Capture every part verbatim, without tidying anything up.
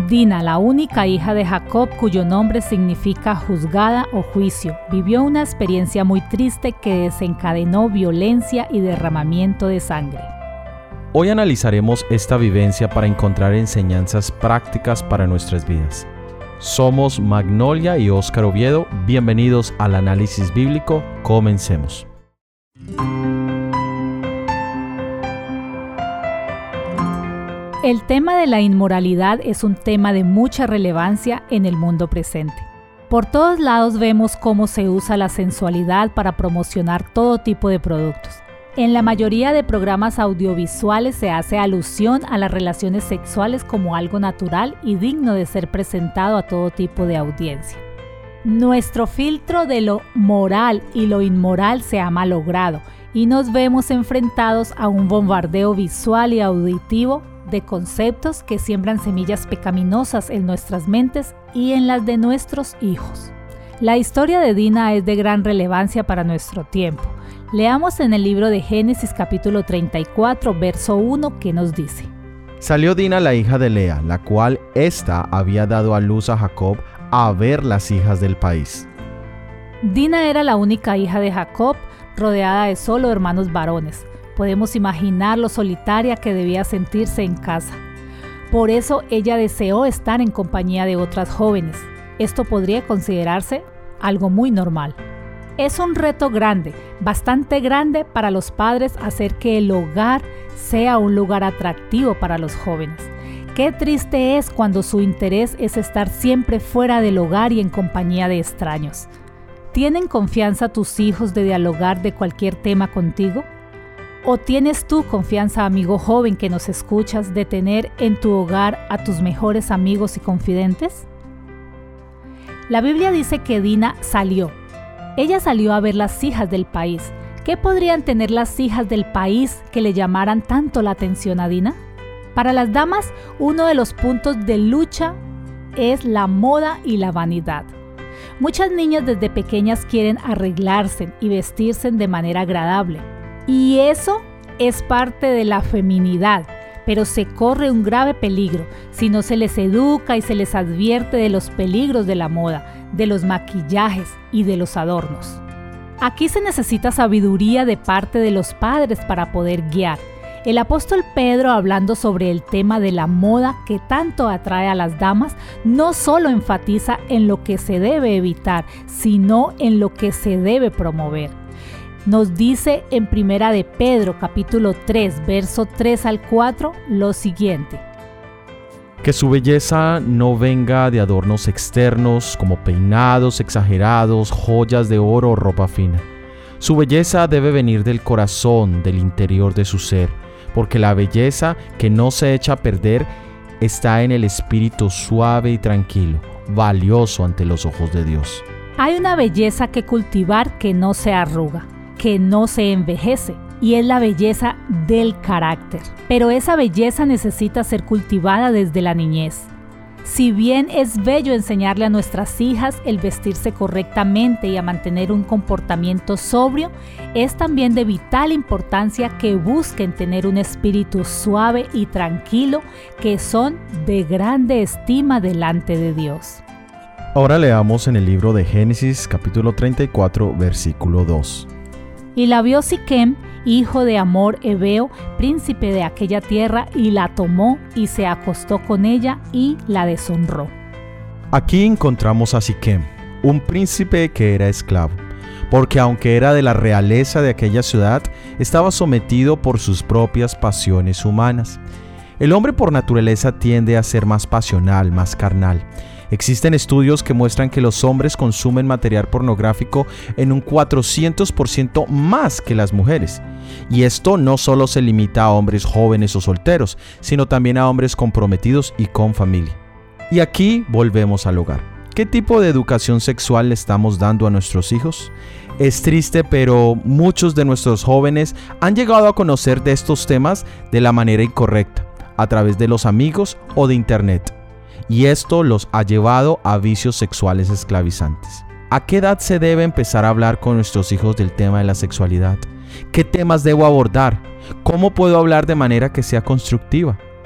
Dina, la única hija de Jacob, cuyo nombre significa juzgada o juicio, vivió una experiencia muy triste que desencadenó violencia y derramamiento de sangre. Hoy analizaremos esta vivencia para encontrar enseñanzas prácticas para nuestras vidas. Somos Magnolia y Óscar Oviedo. Bienvenidos al análisis bíblico. Comencemos. El tema de la inmoralidad es un tema de mucha relevancia en el mundo presente. Por todos lados vemos cómo se usa la sensualidad para promocionar todo tipo de productos. En la mayoría de programas audiovisuales se hace alusión a las relaciones sexuales como algo natural y digno de ser presentado a todo tipo de audiencia. Nuestro filtro de lo moral y lo inmoral se ha malogrado y nos vemos enfrentados a un bombardeo visual y auditivo de conceptos que siembran semillas pecaminosas en nuestras mentes y en las de nuestros hijos. La historia de Dina es de gran relevancia para nuestro tiempo. Leamos en el libro de Génesis capítulo treinta y cuatro, verso uno, que nos dice: Salió Dina la hija de Lea, la cual ésta había dado a luz a Jacob, a ver las hijas del país. Dina era la única hija de Jacob, rodeada de solo hermanos varones. Podemos imaginar lo solitaria que debía sentirse en casa. Por eso ella deseó estar en compañía de otras jóvenes. Esto podría considerarse algo muy normal. Es un reto grande, bastante grande para los padres hacer que el hogar sea un lugar atractivo para los jóvenes. Qué triste es cuando su interés es estar siempre fuera del hogar y en compañía de extraños. ¿Tienen confianza tus hijos de dialogar de cualquier tema contigo? ¿O tienes tú confianza, amigo joven que nos escuchas, de tener en tu hogar a tus mejores amigos y confidentes? La Biblia dice que Dina salió. Ella salió a ver las hijas del país. ¿Qué podrían tener las hijas del país que le llamaran tanto la atención a Dina? Para las damas, uno de los puntos de lucha es la moda y la vanidad. Muchas niñas desde pequeñas quieren arreglarse y vestirse de manera agradable. Y eso es parte de la feminidad, pero se corre un grave peligro si no se les educa y se les advierte de los peligros de la moda, de los maquillajes y de los adornos. Aquí se necesita sabiduría de parte de los padres para poder guiar. El apóstol Pedro, hablando sobre el tema de la moda que tanto atrae a las damas, no solo enfatiza en lo que se debe evitar, sino en lo que se debe promover. Nos dice en Primera de Pedro, capítulo tres, verso tres al cuatro, lo siguiente: Que su belleza no venga de adornos externos como peinados exagerados, joyas de oro o ropa fina. Su belleza debe venir del corazón, del interior de su ser, porque la belleza que no se echa a perder está en el espíritu suave y tranquilo, valioso ante los ojos de Dios. Hay una belleza que cultivar que no se arruga, que no se envejece, y es la belleza del carácter. Pero esa belleza necesita ser cultivada desde la niñez. Si bien es bello enseñarle a nuestras hijas el vestirse correctamente y a mantener un comportamiento sobrio, es también de vital importancia que busquen tener un espíritu suave y tranquilo, que son de grande estima delante de Dios. Ahora leamos en el libro de Génesis capítulo treinta y cuatro, versículo dos. Y la vio Siquem, hijo de Hamor Heveo, príncipe de aquella tierra, y la tomó y se acostó con ella y la deshonró. Aquí encontramos a Siquem, un príncipe que era esclavo, porque aunque era de la realeza de aquella ciudad, estaba sometido por sus propias pasiones humanas. El hombre por naturaleza tiende a ser más pasional, más carnal. Existen estudios que muestran que los hombres consumen material pornográfico en un cuatrocientos por ciento más que las mujeres. Y esto no solo se limita a hombres jóvenes o solteros, sino también a hombres comprometidos y con familia. Y aquí volvemos al hogar. ¿Qué tipo de educación sexual le estamos dando a nuestros hijos? Es triste, pero muchos de nuestros jóvenes han llegado a conocer de estos temas de la manera incorrecta, a través de los amigos o de internet. Y esto los ha llevado a vicios sexuales esclavizantes. ¿A qué edad se debe empezar a hablar con nuestros hijos del tema de la sexualidad? ¿Qué temas debo abordar? ¿Cómo puedo hablar de manera que sea constructiva?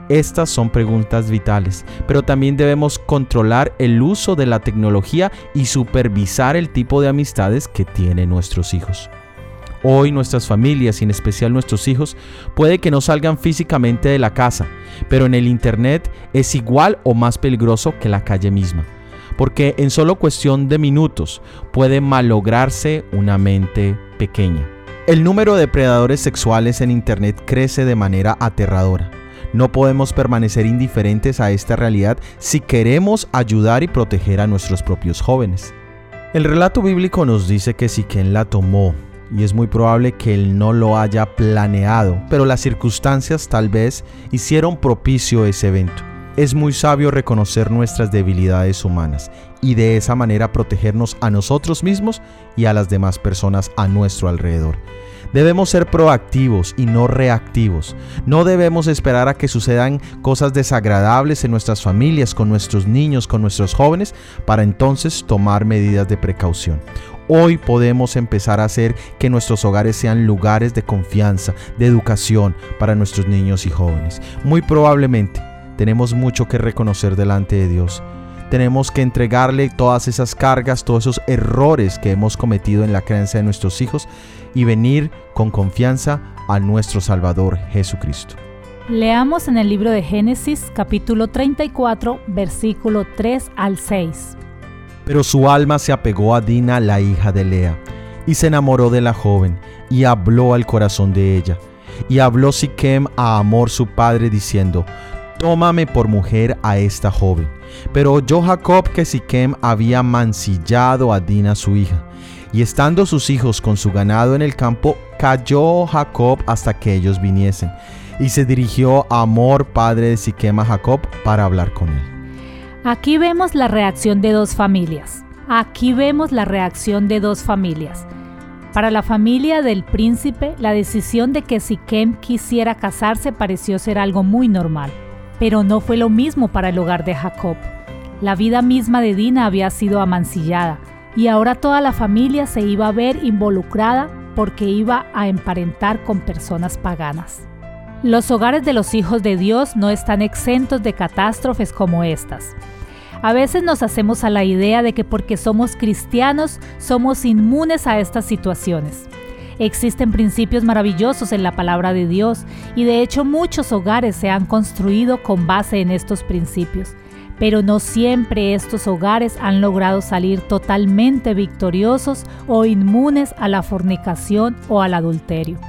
Estas son preguntas vitales, pero también debemos controlar el uso de la tecnología y supervisar el tipo de amistades que tienen nuestros hijos. Hoy nuestras familias y en especial nuestros hijos puede que no salgan físicamente de la casa, pero en el internet es igual o más peligroso que la calle misma, porque en solo cuestión de minutos puede malograrse una mente pequeña. El número de predadores sexuales en internet crece de manera aterradora. No podemos permanecer indiferentes a esta realidad si queremos ayudar y proteger a nuestros propios jóvenes. El relato bíblico nos dice que Siquem la tomó, y es muy probable que él no lo haya planeado, pero las circunstancias tal vez hicieron propicio ese evento. Es muy sabio reconocer nuestras debilidades humanas y de esa manera protegernos a nosotros mismos y a las demás personas a nuestro alrededor. Debemos ser proactivos y no reactivos. No debemos esperar a que sucedan cosas desagradables en nuestras familias, con nuestros niños, con nuestros jóvenes, para entonces tomar medidas de precaución. Hoy podemos empezar a hacer que nuestros hogares sean lugares de confianza, de educación para nuestros niños y jóvenes. Muy probablemente tenemos mucho que reconocer delante de Dios. Tenemos que entregarle todas esas cargas, todos esos errores que hemos cometido en la crianza de nuestros hijos y venir con confianza a nuestro Salvador Jesucristo. Leamos en el libro de Génesis, capítulo treinta y cuatro, versículo tres al seis. Pero su alma se apegó a Dina, la hija de Lea, y se enamoró de la joven, y habló al corazón de ella. Y habló Siquem a Hamor su padre, diciendo: Tómame por mujer a esta joven. Pero oyó Jacob que Siquem había mancillado a Dina su hija. Y estando sus hijos con su ganado en el campo, calló Jacob hasta que ellos viniesen. Y se dirigió a Hamor, padre de Siquem, a Jacob para hablar con él. Aquí vemos la reacción de dos familias. Aquí vemos la reacción de dos familias. Para la familia del príncipe, la decisión de que Siquem quisiera casarse pareció ser algo muy normal. Pero no fue lo mismo para el hogar de Jacob. La vida misma de Dina había sido amancillada y ahora toda la familia se iba a ver involucrada porque iba a emparentar con personas paganas. Los hogares de los hijos de Dios no están exentos de catástrofes como estas. A veces nos hacemos a la idea de que porque somos cristianos somos inmunes a estas situaciones. Existen principios maravillosos en la palabra de Dios y de hecho muchos hogares se han construido con base en estos principios, pero no siempre estos hogares han logrado salir totalmente victoriosos o inmunes a la fornicación o al adulterio.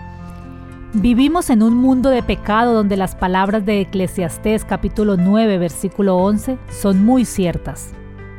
Vivimos en un mundo de pecado donde las palabras de Eclesiastés capítulo nueve versículo once son muy ciertas.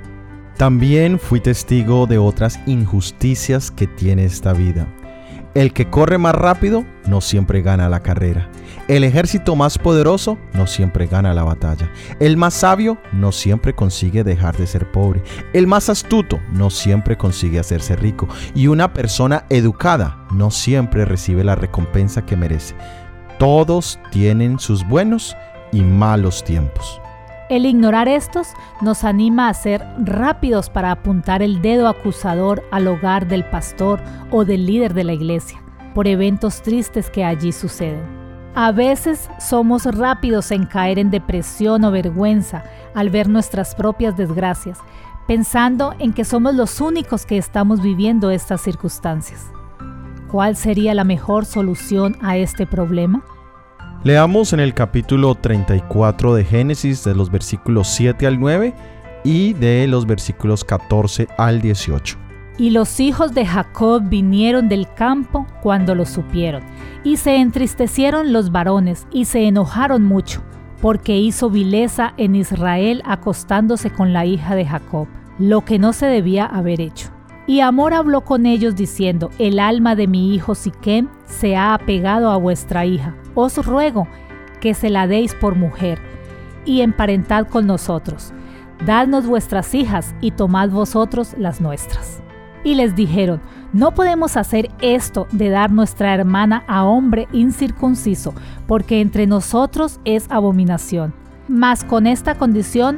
También fui testigo de otras injusticias que tiene esta vida. El que corre más rápido no siempre gana la carrera. El ejército más poderoso no siempre gana la batalla. El más sabio no siempre consigue dejar de ser pobre. El más astuto no siempre consigue hacerse rico. Y una persona educada no siempre recibe la recompensa que merece. Todos tienen sus buenos y malos tiempos. El ignorar estos nos anima a ser rápidos para apuntar el dedo acusador al hogar del pastor o del líder de la iglesia, por eventos tristes que allí suceden. A veces somos rápidos en caer en depresión o vergüenza al ver nuestras propias desgracias, pensando en que somos los únicos que estamos viviendo estas circunstancias. ¿Cuál sería la mejor solución a este problema? Leamos en el capítulo treinta y cuatro de Génesis, de los versículos siete al nueve y de los versículos catorce al dieciocho. Y los hijos de Jacob vinieron del campo cuando lo supieron, y se entristecieron los varones y se enojaron mucho, porque hizo vileza en Israel acostándose con la hija de Jacob, lo que no se debía haber hecho. Y Hamor habló con ellos diciendo: el alma de mi hijo Siquem se ha apegado a vuestra hija. Os ruego que se la deis por mujer, y emparentad con nosotros. Dadnos vuestras hijas, y tomad vosotros las nuestras. Y les dijeron: no podemos hacer esto de dar nuestra hermana a hombre incircunciso, porque entre nosotros es abominación. Mas con esta condición,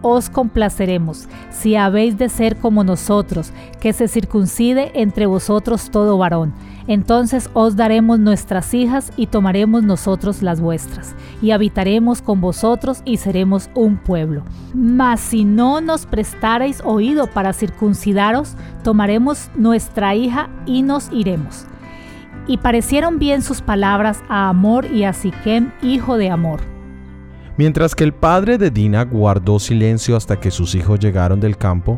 os complaceremos, si habéis de ser como nosotros, que se circuncide entre vosotros todo varón. Entonces os daremos nuestras hijas y tomaremos nosotros las vuestras, y habitaremos con vosotros y seremos un pueblo. Mas si no nos prestareis oído para circuncidaros, tomaremos nuestra hija y nos iremos. Y parecieron bien sus palabras a Hamor y a Siquem, hijo de Hamor. Mientras que el padre de Dina guardó silencio hasta que sus hijos llegaron del campo,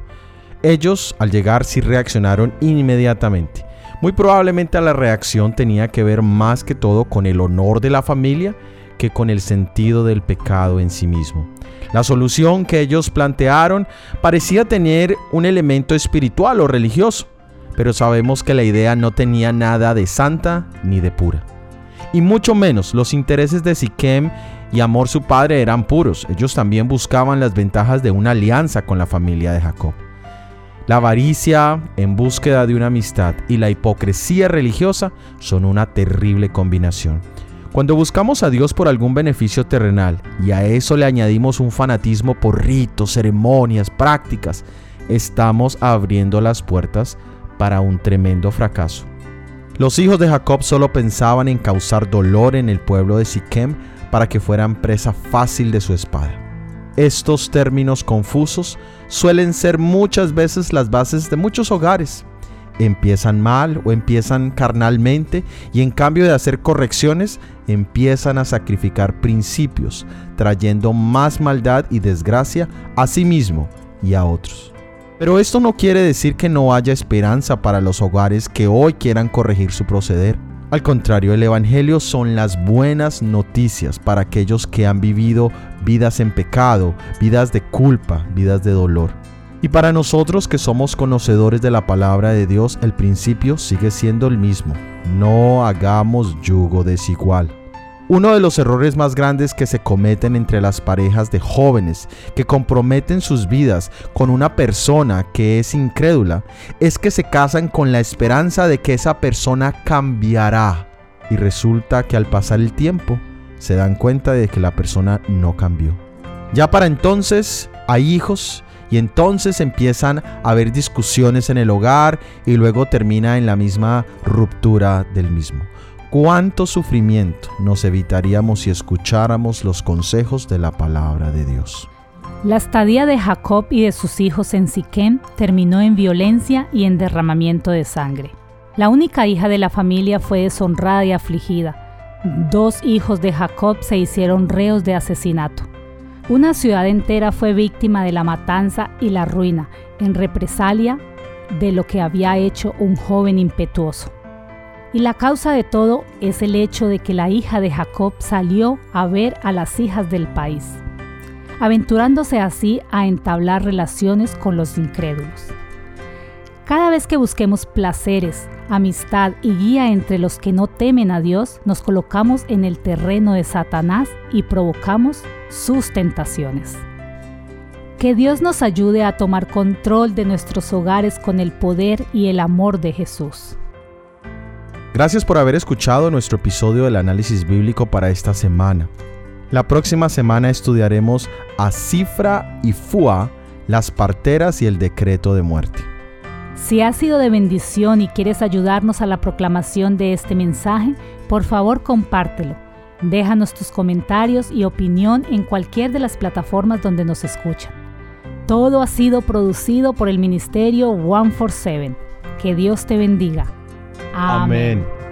ellos al llegar sí reaccionaron inmediatamente. Muy probablemente la reacción tenía que ver más que todo con el honor de la familia que con el sentido del pecado en sí mismo. La solución que ellos plantearon parecía tener un elemento espiritual o religioso, pero sabemos que la idea no tenía nada de santa ni de pura. Y mucho menos los intereses de Siquem y Hamor su padre eran puros. Ellos también buscaban las ventajas de una alianza con la familia de Jacob. La avaricia en búsqueda de una amistad y la hipocresía religiosa son una terrible combinación. Cuando buscamos a Dios por algún beneficio terrenal y a eso le añadimos un fanatismo por ritos, ceremonias, prácticas, estamos abriendo las puertas para un tremendo fracaso. Los hijos de Jacob solo pensaban en causar dolor en el pueblo de Siquem para que fueran presa fácil de su espada. Estos términos confusos suelen ser muchas veces las bases de muchos hogares. Empiezan mal o empiezan carnalmente y en cambio de hacer correcciones, empiezan a sacrificar principios, trayendo más maldad y desgracia a sí mismo y a otros. Pero esto no quiere decir que no haya esperanza para los hogares que hoy quieran corregir su proceder. Al contrario, el Evangelio son las buenas noticias para aquellos que han vivido vidas en pecado, vidas de culpa, vidas de dolor. Y para nosotros que somos conocedores de la palabra de Dios, el principio sigue siendo el mismo. No hagamos yugo desigual. Uno de los errores más grandes que se cometen entre las parejas de jóvenes que comprometen sus vidas con una persona que es incrédula es que se casan con la esperanza de que esa persona cambiará y resulta que al pasar el tiempo se dan cuenta de que la persona no cambió. Ya para entonces hay hijos y entonces empiezan a haber discusiones en el hogar y luego termina en la misma ruptura del mismo. ¿Cuánto sufrimiento nos evitaríamos si escucháramos los consejos de la palabra de Dios? La estadía de Jacob y de sus hijos en Siquem terminó en violencia y en derramamiento de sangre. La única hija de la familia fue deshonrada y afligida. Dos hijos de Jacob se hicieron reos de asesinato. Una ciudad entera fue víctima de la matanza y la ruina en represalia de lo que había hecho un joven impetuoso. Y la causa de todo es el hecho de que la hija de Jacob salió a ver a las hijas del país, aventurándose así a entablar relaciones con los incrédulos. Cada vez que busquemos placeres, amistad y guía entre los que no temen a Dios, nos colocamos en el terreno de Satanás y provocamos sus tentaciones. Que Dios nos ayude a tomar control de nuestros hogares con el poder y el amor de Jesús. Gracias por haber escuchado nuestro episodio del análisis bíblico para esta semana. La próxima semana estudiaremos a Cifra y Fua, las parteras y el decreto de muerte. Si ha sido de bendición y quieres ayudarnos a la proclamación de este mensaje, por favor compártelo. Déjanos tus comentarios y opinión en cualquier de las plataformas donde nos escuchan. Todo ha sido producido por el ministerio ciento cuarenta y siete. Que Dios te bendiga. Amén. Amén.